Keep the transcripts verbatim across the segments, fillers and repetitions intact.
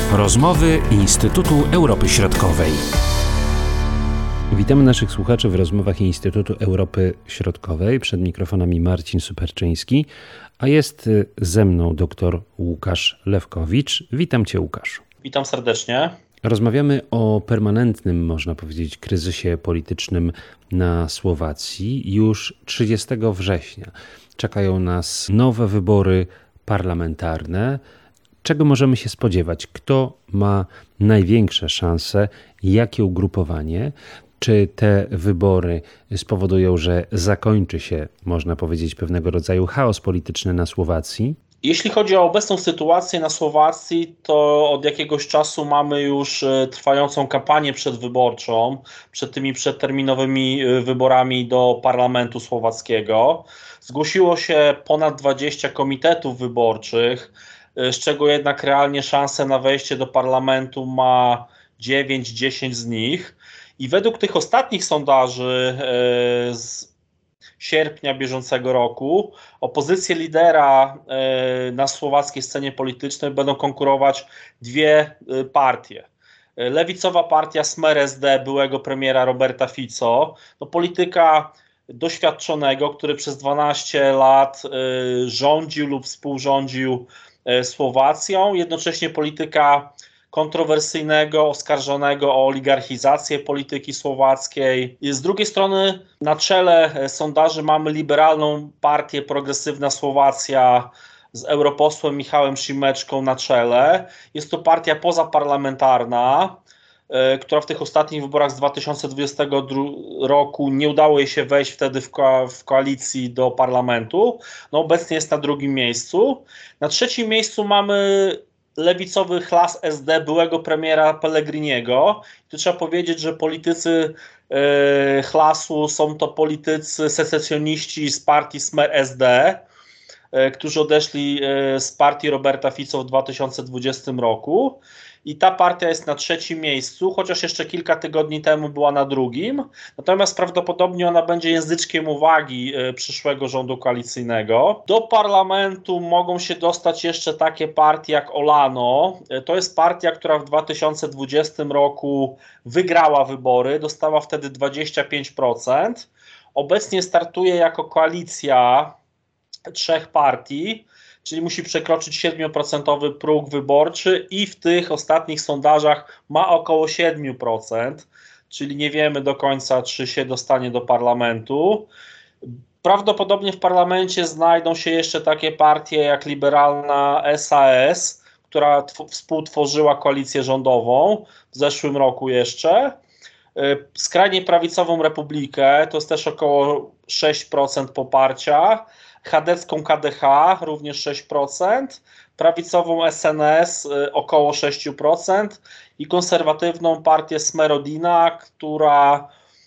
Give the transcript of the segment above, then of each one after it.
Rozmowy Instytutu Europy Środkowej. Witamy naszych słuchaczy w rozmowach Instytutu Europy Środkowej. Przed mikrofonami Marcin Superczyński, a jest ze mną dr Łukasz Lewkowicz. Witam Cię, Łukaszu. Witam serdecznie. Rozmawiamy o permanentnym, można powiedzieć, kryzysie politycznym na Słowacji. Już trzydziestego września czekają nas nowe wybory parlamentarne. Czego możemy się spodziewać? Kto ma największe szanse? Jakie ugrupowanie? Czy te wybory spowodują, że zakończy się, można powiedzieć, pewnego rodzaju chaos polityczny na Słowacji? Jeśli chodzi o obecną sytuację na Słowacji, to od jakiegoś czasu mamy już trwającą kampanię przedwyborczą przed tymi przedterminowymi wyborami do Parlamentu Słowackiego. Zgłosiło się ponad dwadzieścia komitetów wyborczych, z czego jednak realnie szansę na wejście do parlamentu ma dziewięć dziesięć z nich. I według tych ostatnich sondaży z sierpnia bieżącego roku opozycję lidera na słowackiej scenie politycznej będą konkurować dwie partie. Lewicowa partia Smer S D byłego premiera Roberta Fico, no polityka doświadczonego, który przez dwanaście lat rządził lub współrządził Słowacją, jednocześnie polityka kontrowersyjnego, oskarżonego o oligarchizację polityki słowackiej. Z drugiej strony na czele sondaży mamy liberalną partię Progresywna Słowacja z europosłem Michałem Šimečką na czele. Jest to partia pozaparlamentarna, która w tych ostatnich wyborach z dwa tysiące dwudziestego roku nie udało jej się wejść wtedy w, ko- w koalicji do parlamentu. No obecnie jest na drugim miejscu. Na trzecim miejscu mamy lewicowy Hlas S D byłego premiera Pellegriniego. Tu trzeba powiedzieć, że politycy yy, Hlasu są to politycy secesjoniści z partii Smer S D, yy, którzy odeszli yy, z partii Roberta Fico w dwa tysiące dwudziestym roku. I ta partia jest na trzecim miejscu, chociaż jeszcze kilka tygodni temu była na drugim. Natomiast prawdopodobnie ona będzie języczkiem uwagi przyszłego rządu koalicyjnego. Do parlamentu mogą się dostać jeszcze takie partie jak Olano. To jest partia, która w dwa tysiące dwudziestym roku wygrała wybory, dostała wtedy dwadzieścia pięć procent. Obecnie startuje jako koalicja trzech partii, czyli musi przekroczyć siedem procent próg wyborczy i w tych ostatnich sondażach ma około siedem procent, czyli nie wiemy do końca, czy się dostanie do parlamentu. Prawdopodobnie w parlamencie znajdą się jeszcze takie partie jak liberalna S A S, która tw- współtworzyła koalicję rządową w zeszłym roku jeszcze. Skrajnie prawicową Republikę, to jest też około sześć procent poparcia. Chadecką K D H również sześć procent, prawicową S N S około sześć procent i konserwatywną partię Smerodina, która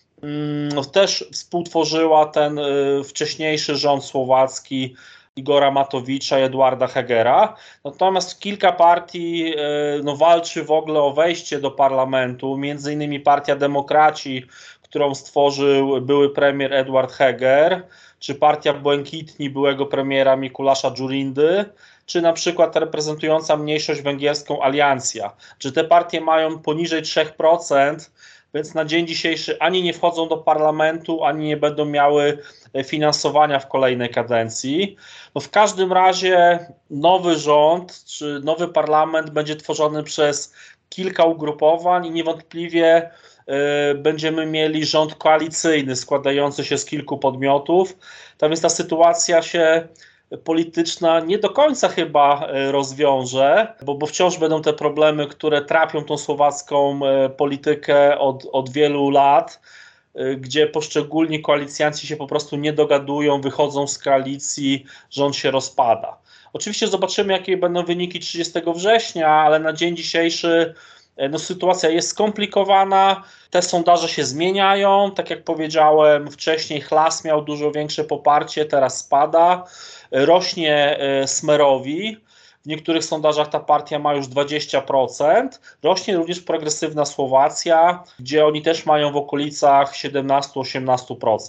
mm, też współtworzyła ten y, wcześniejszy rząd słowacki Igora Matowicza i Eduarda Hegera. Natomiast kilka partii y, no, walczy w ogóle o wejście do parlamentu, między innymi Partia Demokraci, którą stworzył były premier Eduard Heger, czy partia Błękitni byłego premiera Mikulasza Dżurindy, czy na przykład reprezentująca mniejszość węgierską Aliancja. Czy te partie mają poniżej trzy procent, więc na dzień dzisiejszy ani nie wchodzą do parlamentu, ani nie będą miały finansowania w kolejnej kadencji. No w każdym razie nowy rząd, czy nowy parlament będzie tworzony przez kilka ugrupowań i niewątpliwie będziemy mieli rząd koalicyjny składający się z kilku podmiotów. Tam jest ta sytuacja się polityczna nie do końca chyba rozwiąże, bo, bo wciąż będą te problemy, które trapią tą słowacką politykę od, od wielu lat, gdzie poszczególni koalicjanci się po prostu nie dogadują, wychodzą z koalicji, rząd się rozpada. Oczywiście zobaczymy, jakie będą wyniki trzydziestego września, ale na dzień dzisiejszy no, sytuacja jest skomplikowana, te sondaże się zmieniają, tak jak powiedziałem wcześniej, Hlas miał dużo większe poparcie, teraz spada, rośnie Smerowi, w niektórych sondażach ta partia ma już dwadzieścia procent, rośnie również Progresywna Słowacja, gdzie oni też mają w okolicach siedemnaście do osiemnastu procent.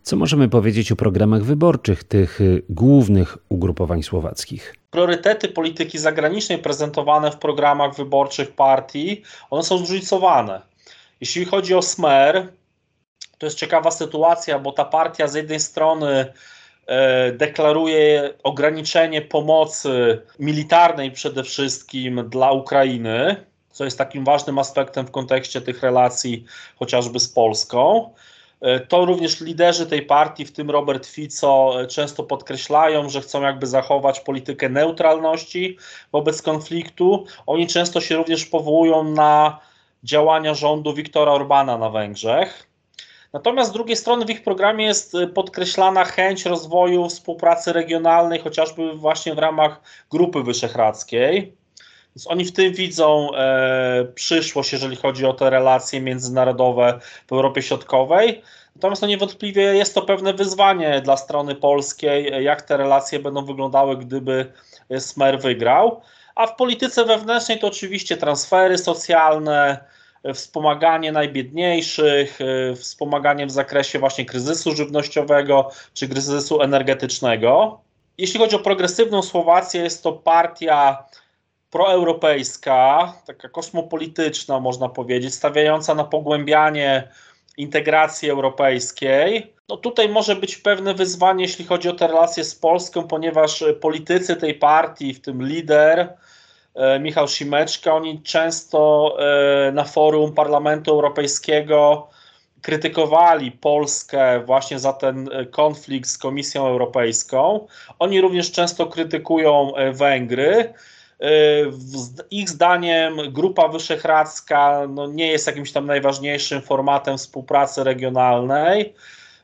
Co możemy powiedzieć o programach wyborczych tych głównych ugrupowań słowackich? Priorytety polityki zagranicznej prezentowane w programach wyborczych partii, one są zróżnicowane. Jeśli chodzi o Smer, to jest ciekawa sytuacja, bo ta partia z jednej strony deklaruje ograniczenie pomocy militarnej przede wszystkim dla Ukrainy, co jest takim ważnym aspektem w kontekście tych relacji chociażby z Polską. To również liderzy tej partii, w tym Robert Fico, często podkreślają, że chcą jakby zachować politykę neutralności wobec konfliktu. Oni często się również powołują na działania rządu Viktora Orbana na Węgrzech. Natomiast z drugiej strony w ich programie jest podkreślana chęć rozwoju współpracy regionalnej, chociażby właśnie w ramach Grupy Wyszehradzkiej. Więc oni w tym widzą e, przyszłość, jeżeli chodzi o te relacje międzynarodowe w Europie Środkowej. Natomiast no niewątpliwie jest to pewne wyzwanie dla strony polskiej, jak te relacje będą wyglądały, gdyby Smer wygrał. A w polityce wewnętrznej to oczywiście transfery socjalne, wspomaganie najbiedniejszych, wspomaganie w zakresie właśnie kryzysu żywnościowego czy kryzysu energetycznego. Jeśli chodzi o progresywną Słowację, jest to partia proeuropejska, taka kosmopolityczna można powiedzieć, stawiająca na pogłębianie integracji europejskiej. No tutaj może być pewne wyzwanie, jeśli chodzi o te relacje z Polską, ponieważ politycy tej partii, w tym lider Michał Szymeczka, oni często na forum Parlamentu Europejskiego krytykowali Polskę właśnie za ten konflikt z Komisją Europejską. Oni również często krytykują Węgry. Ich zdaniem Grupa Wyszehradzka no nie jest jakimś tam najważniejszym formatem współpracy regionalnej.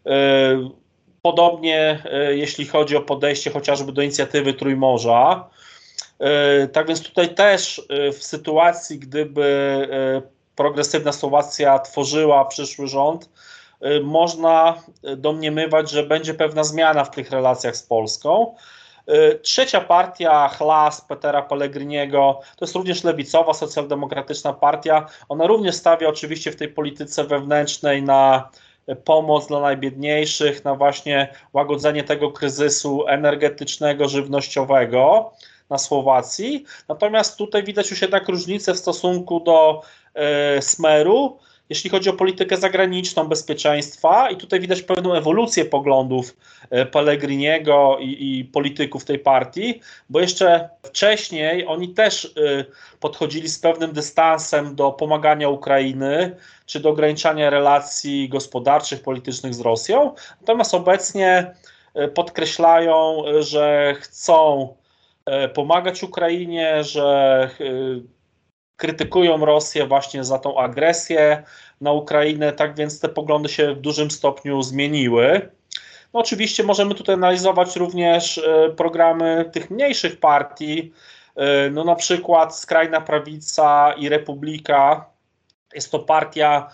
Podobnie jeśli chodzi o podejście chociażby do inicjatywy Trójmorza. Tak więc tutaj też w sytuacji, gdyby progresywna Słowacja tworzyła przyszły rząd, można domniemywać, że będzie pewna zmiana w tych relacjach z Polską. Trzecia partia, Hlas Petera Pellegriniego, to jest również lewicowa, socjaldemokratyczna partia. Ona również stawia oczywiście w tej polityce wewnętrznej na pomoc dla najbiedniejszych, na właśnie łagodzenie tego kryzysu energetycznego, żywnościowego na Słowacji. Natomiast tutaj widać już jednak różnicę w stosunku do e, Smeru, jeśli chodzi o politykę zagraniczną, bezpieczeństwa, i tutaj widać pewną ewolucję poglądów Pellegriniego i, i polityków tej partii, bo jeszcze wcześniej oni też y, podchodzili z pewnym dystansem do pomagania Ukrainy, czy do ograniczania relacji gospodarczych, politycznych z Rosją. Natomiast obecnie y, podkreślają, y, że chcą y, pomagać Ukrainie, że y, krytykują Rosję właśnie za tą agresję na Ukrainę, tak więc te poglądy się w dużym stopniu zmieniły. No oczywiście możemy tutaj analizować również programy tych mniejszych partii, no na przykład Skrajna Prawica i Republika. Jest to partia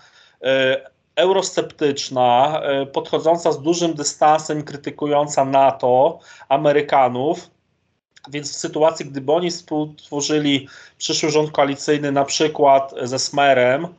eurosceptyczna, podchodząca z dużym dystansem, krytykująca NATO, Amerykanów. Więc w sytuacji, gdyby oni współtworzyli przyszły rząd koalicyjny na przykład ze Smerem,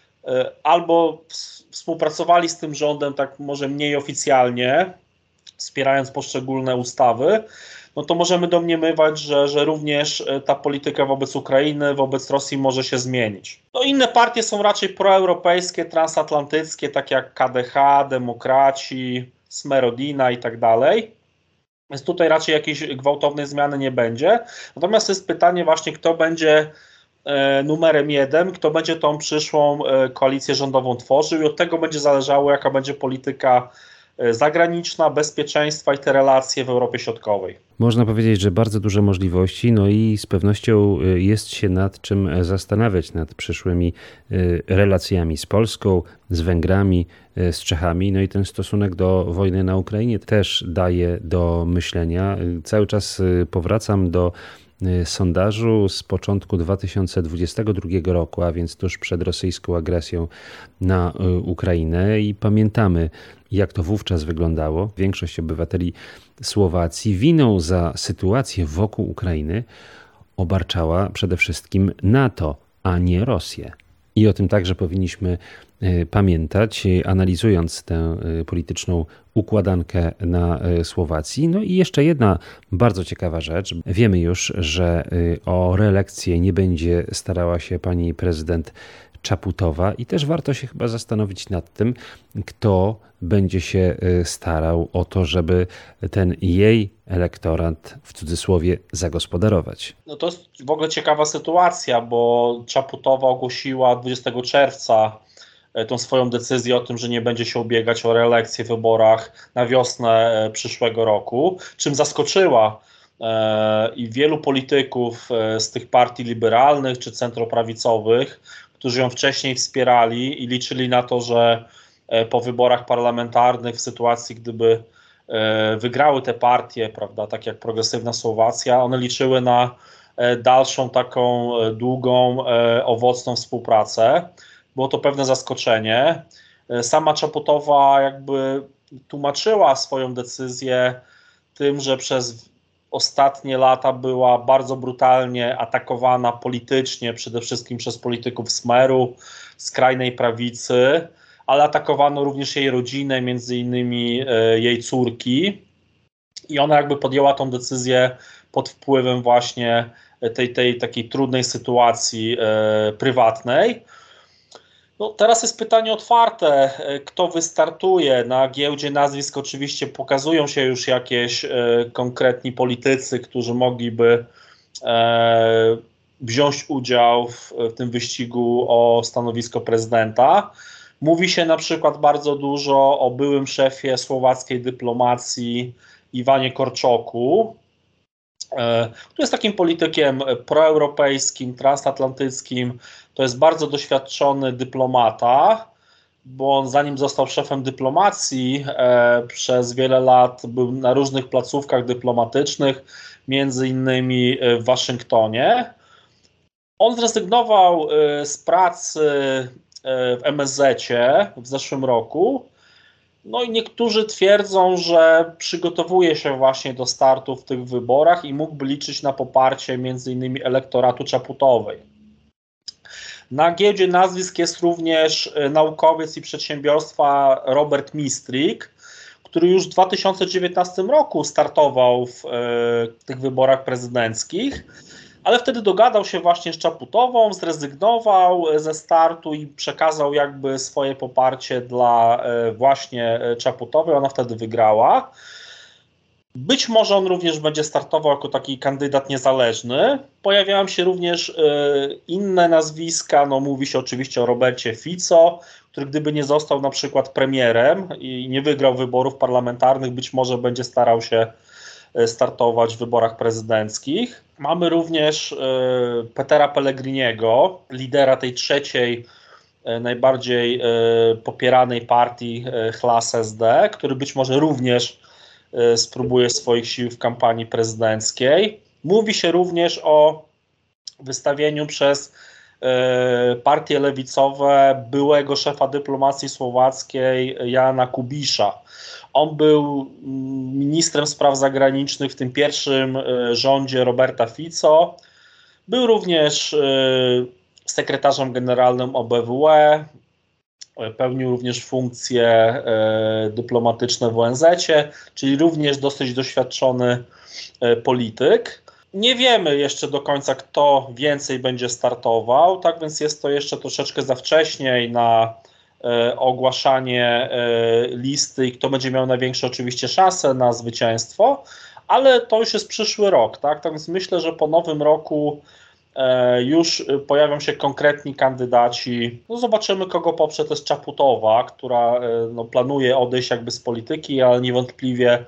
albo współpracowali z tym rządem tak może mniej oficjalnie, wspierając poszczególne ustawy, no to możemy domniemywać, że, że również ta polityka wobec Ukrainy, wobec Rosji może się zmienić. No inne partie są raczej proeuropejskie, transatlantyckie, takie jak K D H, Demokraci, Smerodina i tak dalej. Więc tutaj raczej jakiejś gwałtownej zmiany nie będzie. Natomiast jest pytanie właśnie, kto będzie numerem jeden, kto będzie tą przyszłą koalicję rządową tworzył, i od tego będzie zależało, jaka będzie polityka zagraniczna, bezpieczeństwa i te relacje w Europie Środkowej. Można powiedzieć, że bardzo duże możliwości, no i z pewnością jest się nad czym zastanawiać, nad przyszłymi relacjami z Polską, z Węgrami, z Czechami. No i ten stosunek do wojny na Ukrainie też daje do myślenia. Cały czas powracam do sondażu z początku dwa tysiące dwudziestego drugiego roku, a więc tuż przed rosyjską agresją na Ukrainę, i pamiętamy, jak to wówczas wyglądało. Większość obywateli Słowacji winą za sytuację wokół Ukrainy obarczała przede wszystkim NATO, a nie Rosję. I o tym także powinniśmy pamiętać, analizując tę polityczną układankę na Słowacji. No i jeszcze jedna bardzo ciekawa rzecz. Wiemy już, że o reelekcję nie będzie starała się pani prezydent Czaputowa i też warto się chyba zastanowić nad tym, kto będzie się starał o to, żeby ten jej elektorat w cudzysłowie zagospodarować. No to jest w ogóle ciekawa sytuacja, bo Czaputowa ogłosiła dwudziestego czerwca tą swoją decyzję o tym, że nie będzie się ubiegać o reelekcję w wyborach na wiosnę przyszłego roku, czym zaskoczyła i wielu polityków z tych partii liberalnych czy centroprawicowych, którzy ją wcześniej wspierali i liczyli na to, że po wyborach parlamentarnych, w sytuacji gdyby wygrały te partie, prawda, tak jak Progresywna Słowacja, one liczyły na dalszą taką długą, owocną współpracę. Było to pewne zaskoczenie. Sama Czaputowa jakby tłumaczyła swoją decyzję tym, że przez ostatnie lata była bardzo brutalnie atakowana politycznie, przede wszystkim przez polityków Smeru, skrajnej prawicy, ale atakowano również jej rodzinę, między innymi jej córki. I ona jakby podjęła tą decyzję pod wpływem właśnie tej, tej takiej trudnej sytuacji prywatnej. No, teraz jest pytanie otwarte, kto wystartuje. Na giełdzie nazwisk oczywiście pokazują się już jakieś e, konkretni politycy, którzy mogliby e, wziąć udział w, w tym wyścigu o stanowisko prezydenta. Mówi się na przykład bardzo dużo o byłym szefie słowackiej dyplomacji Iwanie Korczoku, który jest takim politykiem proeuropejskim, transatlantyckim. To jest bardzo doświadczony dyplomata, bo on zanim został szefem dyplomacji e, przez wiele lat był na różnych placówkach dyplomatycznych, między innymi w Waszyngtonie. On zrezygnował e, z pracy e, w M S Z-cie w zeszłym roku. No i niektórzy twierdzą, że przygotowuje się właśnie do startu w tych wyborach i mógłby liczyć na poparcie między innymi elektoratu Czaputowej. Na giełdzie nazwisk jest również naukowiec i przedsiębiorstwa Robert Mistrik, który już w dwa tysiące dziewiętnastym roku startował w e, tych wyborach prezydenckich, ale wtedy dogadał się właśnie z Czaputową, zrezygnował ze startu i przekazał jakby swoje poparcie dla e, właśnie Czaputowej. Ona wtedy wygrała. Być może on również będzie startował jako taki kandydat niezależny. Pojawiają się również y, inne nazwiska, no mówi się oczywiście o Robercie Fico, który gdyby nie został na przykład premierem i nie wygrał wyborów parlamentarnych, być może będzie starał się startować w wyborach prezydenckich. Mamy również y, Petera Pellegriniego, lidera tej trzeciej, y, najbardziej y, popieranej partii y, Hlas S D, który być może również spróbuje swoich sił w kampanii prezydenckiej. Mówi się również o wystawieniu przez partie lewicowe byłego szefa dyplomacji słowackiej Jana Kubisza. On był ministrem spraw zagranicznych w tym pierwszym rządzie Roberta Fico. Był również sekretarzem generalnym O B W E. Pełnił również funkcje e, dyplomatyczne w O N Z-cie, czyli również dosyć doświadczony e, polityk. Nie wiemy jeszcze do końca, kto więcej będzie startował, tak więc jest to jeszcze troszeczkę za wcześnie na e, ogłaszanie e, listy i kto będzie miał największe oczywiście szanse na zwycięstwo, ale to już jest przyszły rok, tak? Tak więc myślę, że po nowym roku już pojawią się konkretni kandydaci. No zobaczymy, kogo poprze też Czaputowa, która no, planuje odejść jakby z polityki, ale niewątpliwie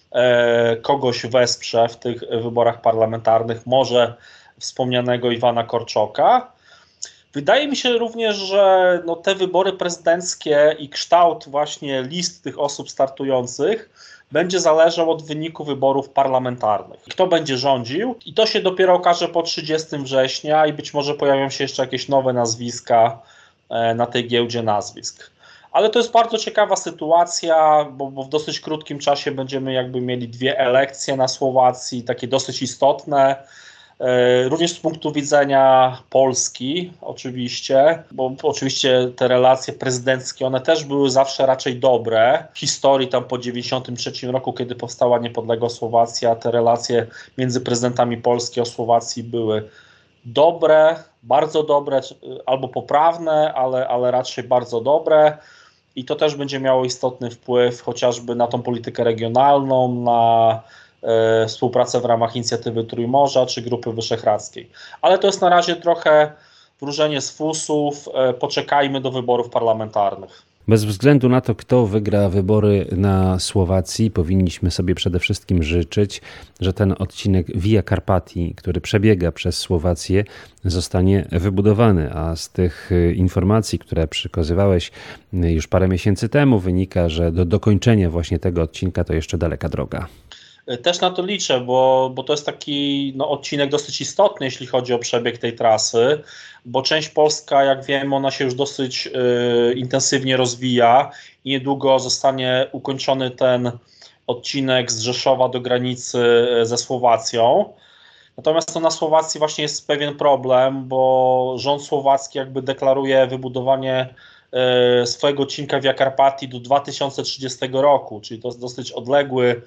e, kogoś wesprze w tych wyborach parlamentarnych, może wspomnianego Iwana Korczoka. Wydaje mi się również, że no, te wybory prezydenckie i kształt właśnie list tych osób startujących będzie zależał od wyniku wyborów parlamentarnych. Kto będzie rządził i to się dopiero okaże po trzydziestego września i być może pojawią się jeszcze jakieś nowe nazwiska na tej giełdzie nazwisk. Ale to jest bardzo ciekawa sytuacja, bo, bo w dosyć krótkim czasie będziemy jakby mieli dwie elekcje na Słowacji, takie dosyć istotne. Również z punktu widzenia Polski oczywiście, bo oczywiście te relacje prezydenckie, one też były zawsze raczej dobre. W historii tam po dziewięćdziesiątym trzecim roku, kiedy powstała niepodległa Słowacja, te relacje między prezydentami Polski a Słowacji były dobre, bardzo dobre, albo poprawne, ale, ale raczej bardzo dobre. I to też będzie miało istotny wpływ chociażby na tą politykę regionalną, na e, współpracę w ramach inicjatywy Trójmorza czy Grupy Wyszehradzkiej. Ale to jest na razie trochę wróżenie z fusów, e, poczekajmy do wyborów parlamentarnych. Bez względu na to, kto wygra wybory na Słowacji, powinniśmy sobie przede wszystkim życzyć, że ten odcinek Via Carpatii, który przebiega przez Słowację, zostanie wybudowany. A z tych informacji, które przekazywałeś już parę miesięcy temu, wynika, że do dokończenia właśnie tego odcinka to jeszcze daleka droga. Też na to liczę, bo, bo to jest taki no, odcinek dosyć istotny, jeśli chodzi o przebieg tej trasy, bo część polska, jak wiemy, ona się już dosyć y, intensywnie rozwija i niedługo zostanie ukończony ten odcinek z Rzeszowa do granicy ze Słowacją. Natomiast to na Słowacji właśnie jest pewien problem, bo rząd słowacki jakby deklaruje wybudowanie y, swojego odcinka Via Carpatii do dwa tysiące trzydziestego roku, czyli to jest dosyć odległy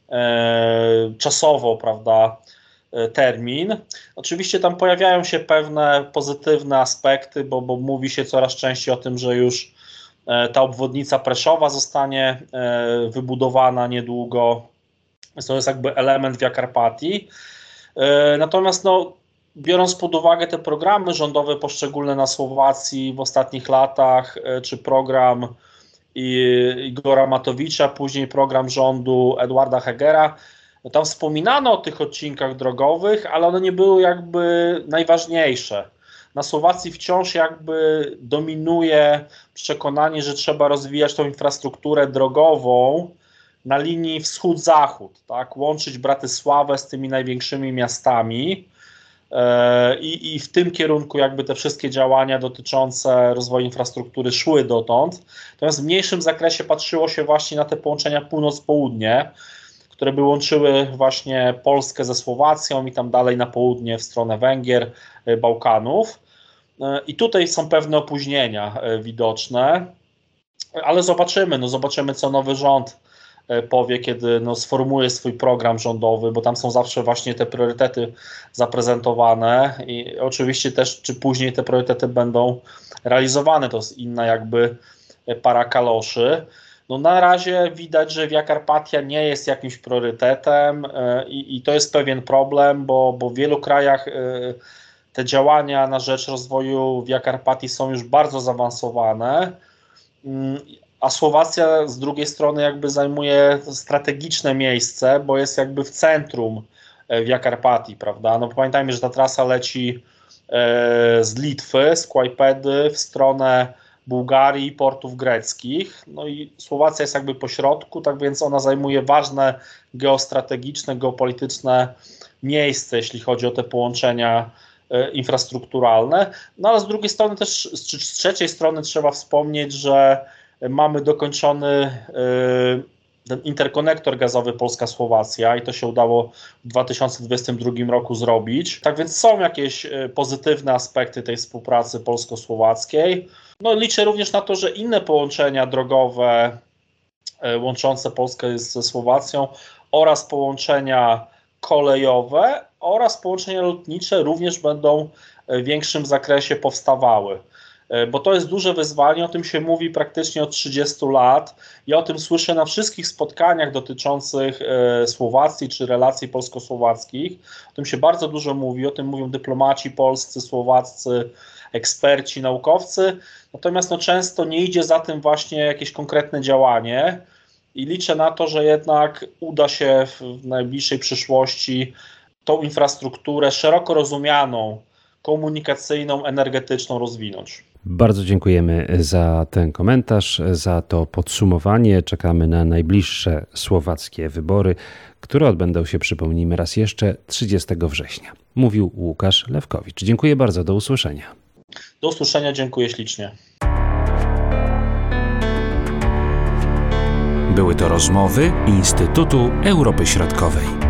czasowo, prawda, termin. Oczywiście tam pojawiają się pewne pozytywne aspekty, bo, bo mówi się coraz częściej o tym, że już ta obwodnica Preszowa zostanie wybudowana niedługo. To jest jakby element Via Carpatii. Natomiast no, biorąc pod uwagę te programy rządowe poszczególne na Słowacji w ostatnich latach, czy program Igora Matowicza, później program rządu Edwarda Hegera. No tam wspominano o tych odcinkach drogowych, ale one nie były jakby najważniejsze. Na Słowacji wciąż jakby dominuje przekonanie, że trzeba rozwijać tą infrastrukturę drogową na linii wschód-zachód, tak? Łączyć Bratysławę z tymi największymi miastami. I, I w tym kierunku jakby te wszystkie działania dotyczące rozwoju infrastruktury szły dotąd. Natomiast w mniejszym zakresie patrzyło się właśnie na te połączenia północ-południe, które by łączyły właśnie Polskę ze Słowacją i tam dalej na południe w stronę Węgier, Bałkanów. I tutaj są pewne opóźnienia widoczne, ale zobaczymy, no zobaczymy co nowy rząd powie, kiedy no, sformułuje swój program rządowy, bo tam są zawsze właśnie te priorytety zaprezentowane i oczywiście też, czy później te priorytety będą realizowane, to jest inna jakby para kaloszy. No na razie widać, że Via Carpatia nie jest jakimś priorytetem i, i to jest pewien problem, bo, bo w wielu krajach te działania na rzecz rozwoju Via Carpatii są już bardzo zaawansowane, a Słowacja z drugiej strony jakby zajmuje strategiczne miejsce, bo jest jakby w centrum Via Carpatii, prawda? No pamiętajmy, że ta trasa leci z Litwy, z Kłajpedy w stronę Bułgarii i portów greckich. No i Słowacja jest jakby po środku, tak więc ona zajmuje ważne geostrategiczne, geopolityczne miejsce, jeśli chodzi o te połączenia infrastrukturalne. No ale z drugiej strony też, z trzeciej strony trzeba wspomnieć, że mamy dokończony ten interkonektor gazowy Polska-Słowacja i to się udało w dwa tysiące dwudziestym drugim roku zrobić. Tak więc są jakieś pozytywne aspekty tej współpracy polsko-słowackiej. No liczę również na to, że inne połączenia drogowe łączące Polskę ze Słowacją oraz połączenia kolejowe oraz połączenia lotnicze również będą w większym zakresie powstawały. Bo to jest duże wyzwanie, o tym się mówi praktycznie od trzydziestu lat. Ja o tym słyszę na wszystkich spotkaniach dotyczących Słowacji czy relacji polsko-słowackich. O tym się bardzo dużo mówi, o tym mówią dyplomaci polscy, słowaccy, eksperci, naukowcy. Natomiast no, często nie idzie za tym właśnie jakieś konkretne działanie i liczę na to, że jednak uda się w najbliższej przyszłości tą infrastrukturę szeroko rozumianą, komunikacyjną, energetyczną rozwinąć. Bardzo dziękujemy za ten komentarz, za to podsumowanie. Czekamy na najbliższe słowackie wybory, które odbędą się, przypomnijmy raz jeszcze, trzydziestego września. Mówił Łukasz Lewkowicz. Dziękuję bardzo, do usłyszenia. Do usłyszenia, dziękuję ślicznie. Były to rozmowy Instytutu Europy Środkowej.